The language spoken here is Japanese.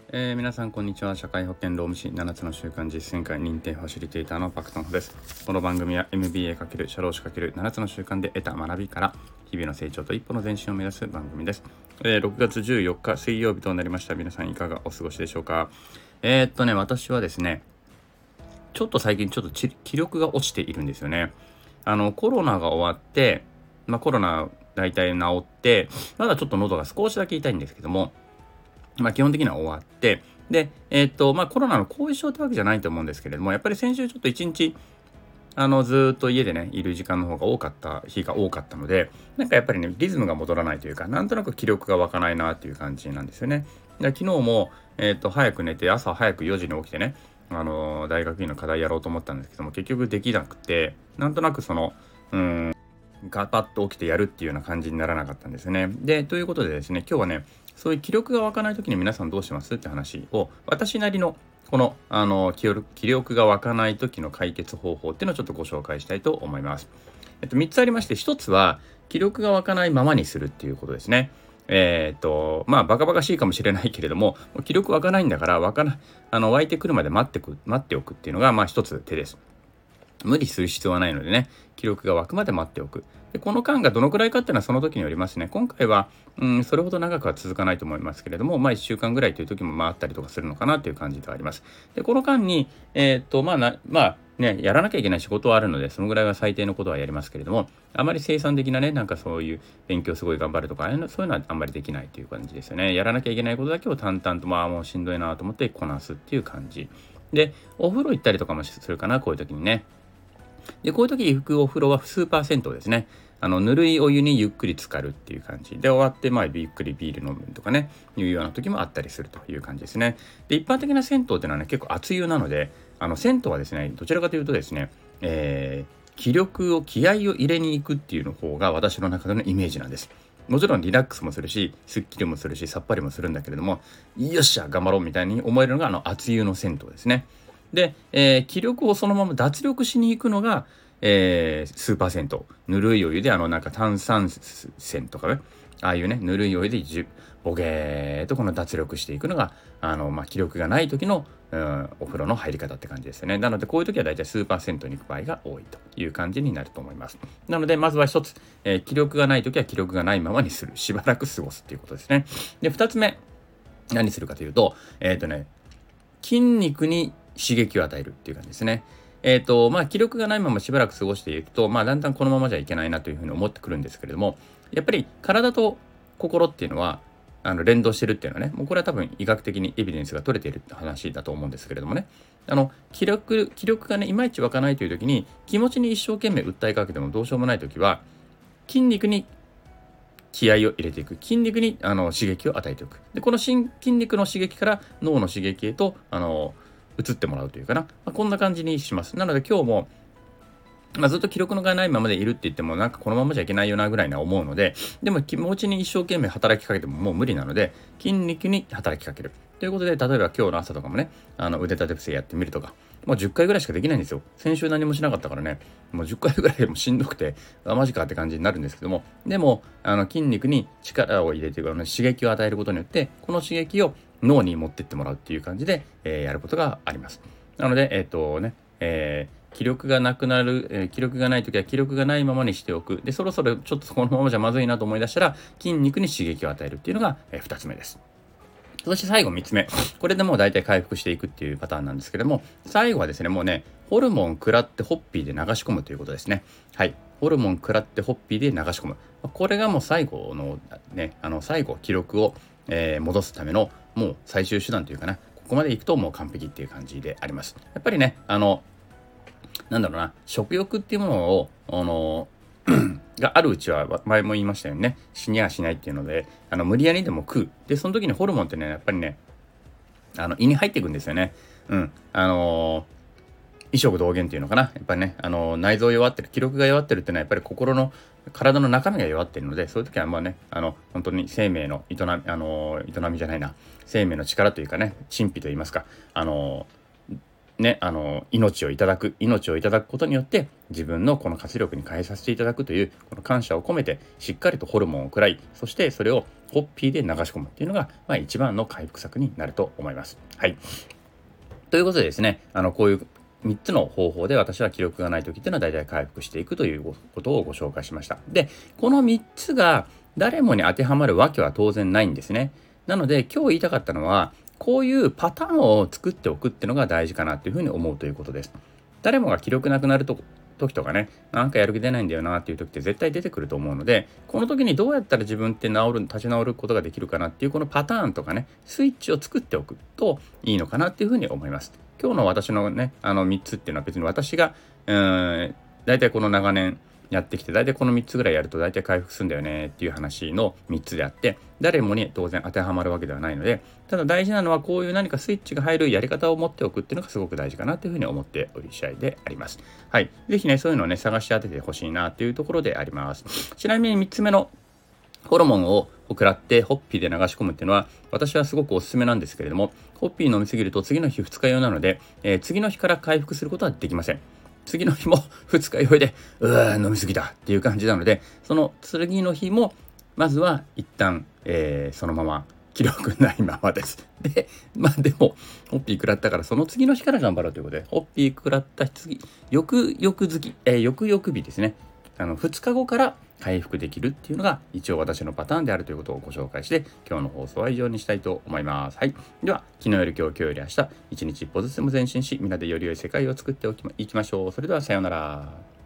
皆さんこんにちは。社会保険労務士7つの習慣実践会認定ファシリテーターのパクトンホです。この番組は MBA× 社労士 ×7 つの習慣で得た学びから日々の成長と一歩の前進を目指す番組です。6月14日水曜日となりました。皆さんいかがお過ごしでしょうか。私はですね、ちょっと最近気力が落ちているんですよね。コロナが終わって、コロナ大体治って、まだちょっと喉が少しだけ痛いんですけども、基本的には終わって、で、コロナの後遺症ってわけじゃないと思うんですけれども、やっぱり先週ちょっと一日、ずーっと家でね、いる時間の方が多かった日が多かったので、なんかやっぱりね、リズムが戻らないというか、なんとなく気力が湧かないなっていう感じなんですよね。で昨日も、早く寝て、朝早く4時に起きてね、大学院の課題やろうと思ったんですけども、結局できなくて、なんとなくガパッと起きてやるっていうような感じにならなかったんですよね。で、ということでですね、今日はね、そういう気力が湧かない時に皆さんどうしますって話を、私なりのこの、気力が湧かない時の解決方法っていうのをちょっとご紹介したいと思います。3つありまして、1つは気力が湧かないままにするっていうことですね。バカバカしいかもしれないけれども、気力湧かないんだから、湧いてくるまで待っておくっていうのが、一つ手です。無理する必要はないのでね、記録が湧くまで待っておく。で、この間がどのくらいかっていうのはその時によりますね。今回は、それほど長くは続かないと思いますけれども、1週間ぐらいという時もあったりとかするのかなという感じではあります。で、この間に、やらなきゃいけない仕事はあるので、そのぐらいは最低のことはやりますけれども、あまり生産的なね、なんかそういう勉強すごい頑張るとか、そういうのはあんまりできないという感じですよね。やらなきゃいけないことだけを淡々と、もうしんどいなと思ってこなすっていう感じ。で、お風呂行ったりとかもするかな、こういう時にね。で、こういう時に拭くお風呂は数パーセントですね。ぬるいお湯にゆっくり浸かるっていう感じで終わって、ゆっくりビール飲むとかね、いうような時もあったりするという感じですね。で、一般的な銭湯っていうのはね、結構熱湯なので、銭湯はですね、どちらかというとですね、気合を入れに行くっていうの方が私の中でのイメージなんです。もちろんリラックスもするし、スッキリもするし、さっぱりもするんだけれども、よっしゃ、頑張ろうみたいに思えるのが熱湯の銭湯ですね。で、気力をそのまま脱力しに行くのが、数パーセント。ぬるいお湯でなんか炭酸泉とかね、ああいうね、ぬるいお湯でボゲーとこの脱力していくのが、気力がない時の、お風呂の入り方って感じですよね。なので、こういう時はだいたい数パーセントに行く場合が多いという感じになると思います。なので、まずは一つ、気力がない時は気力がないままにする。しばらく過ごすっていうことですね。で、二つ目、何するかというと、筋肉に刺激を与えるっていう感じですね。気力がないまましばらく過ごしていくと、だんだんこのままじゃいけないなというふうに思ってくるんですけれども、やっぱり体と心っていうのは、連動してるっていうのはね、もうこれは多分医学的にエビデンスが取れているって話だと思うんですけれどもね。気力がね、いまいち湧かないという時に、気持ちに一生懸命訴えかけてもどうしようもない時は、筋肉に気合を入れていく。筋肉に刺激を与えておく。で、この筋肉の刺激から脳の刺激へと、移ってもらうというかな。こんな感じにします。なので今日も、ずっと記録のがないままでいるって言っても、なんかこのままじゃいけないよなぐらいには思うので、でも気持ちに一生懸命働きかけてももう無理なので、筋肉に働きかける。ということで、例えば今日の朝とかもね、腕立て伏せやってみるとか、もう10回ぐらいしかできないんですよ。先週何もしなかったからね、もう10回ぐらいでもしんどくて、マジかって感じになるんですけども、でも、筋肉に力を入れて、刺激を与えることによって、この刺激を脳に持ってってもらうっていう感じで、やることがあります。なので、気力がなくなる、気力がないときは気力がないままにしておく。で、そろそろちょっとこのままじゃまずいなと思い出したら、筋肉に刺激を与えるっていうのが、2つ目です。そして最後3つ目。これでもう大体回復していくっていうパターンなんですけども、最後はですね、もうね、ホルモン食らってホッピーで流し込むということですね。はい。ホルモン食らってホッピーで流し込む。これがもう最後のね、最後、記録を、戻すためのもう最終手段というかな、ここまでいくともう完璧っていう感じであります。やっぱりね、食欲っていうものを、があるうちは前も言いましたよね。死にはしないっていうので、無理やりでも食う。で、その時にホルモンってね、やっぱりね、胃に入っていくんですよね。異食同源っていうのかな。やっぱりね、内臓弱ってる、気力が弱ってるっていうのはやっぱり体の中身が弱っているので、そういう時は本当に生命の営みじゃないな。生命の力というかね、神秘と言いますか、 ね、命をいただくことによって自分のこの活力に変えさせていただくというこの感謝を込めてしっかりとホルモンを食らい、そしてそれをホッピーで流し込むっていうのが、一番の回復策になると思います。はい。ということでですね、こういう3つの方法で私は記録がない時っていうのは大体回復していくということをご紹介しました。で、この3つが誰もに当てはまるわけは当然ないんですね。なので今日言いたかったのは、こういうパターンを作っておくっていうのが大事かなというふうに思うということです。誰もが記録なくなる時とかね、なんかやる気出ないんだよなっていう時って絶対出てくると思うので、この時にどうやったら自分って立ち直ることができるかなっていうこのパターンとかね、スイッチを作っておくといいのかなっていうふうに思います。今日の私のね、3つっていうのは別に私が大体この長年やってきて、大体この3つぐらいやると大体回復するんだよねっていう話の3つであって、誰もに当然当てはまるわけではないので、ただ大事なのはこういう何かスイッチが入るやり方を持っておくっていうのがすごく大事かなというふうに思っており次第であります。はい。ぜひね、そういうのをね、探し当ててほしいなというところであります。ちなみに3つ目のホルモンを食らってホッピーで流し込むっていうのは私はすごくおすすめなんですけれども、ホッピー飲みすぎると次の日2日酔いなので、次の日から回復することはできません。次の日も2日酔いで飲みすぎだっていう感じなので、その次の日もまずは一旦、そのまま記録ないままです。で、でもホッピー食らったからその次の日から頑張ろうということで、ホッピー食らった翌々日ですね、2日後から回復できるっていうのが一応私のパターンであるということをご紹介して、今日の放送は以上にしたいと思います。はい。では、昨日より今日より明日、一日一歩ずつでも前進し、みんなでより良い世界を作っていきましょう。それではさようなら。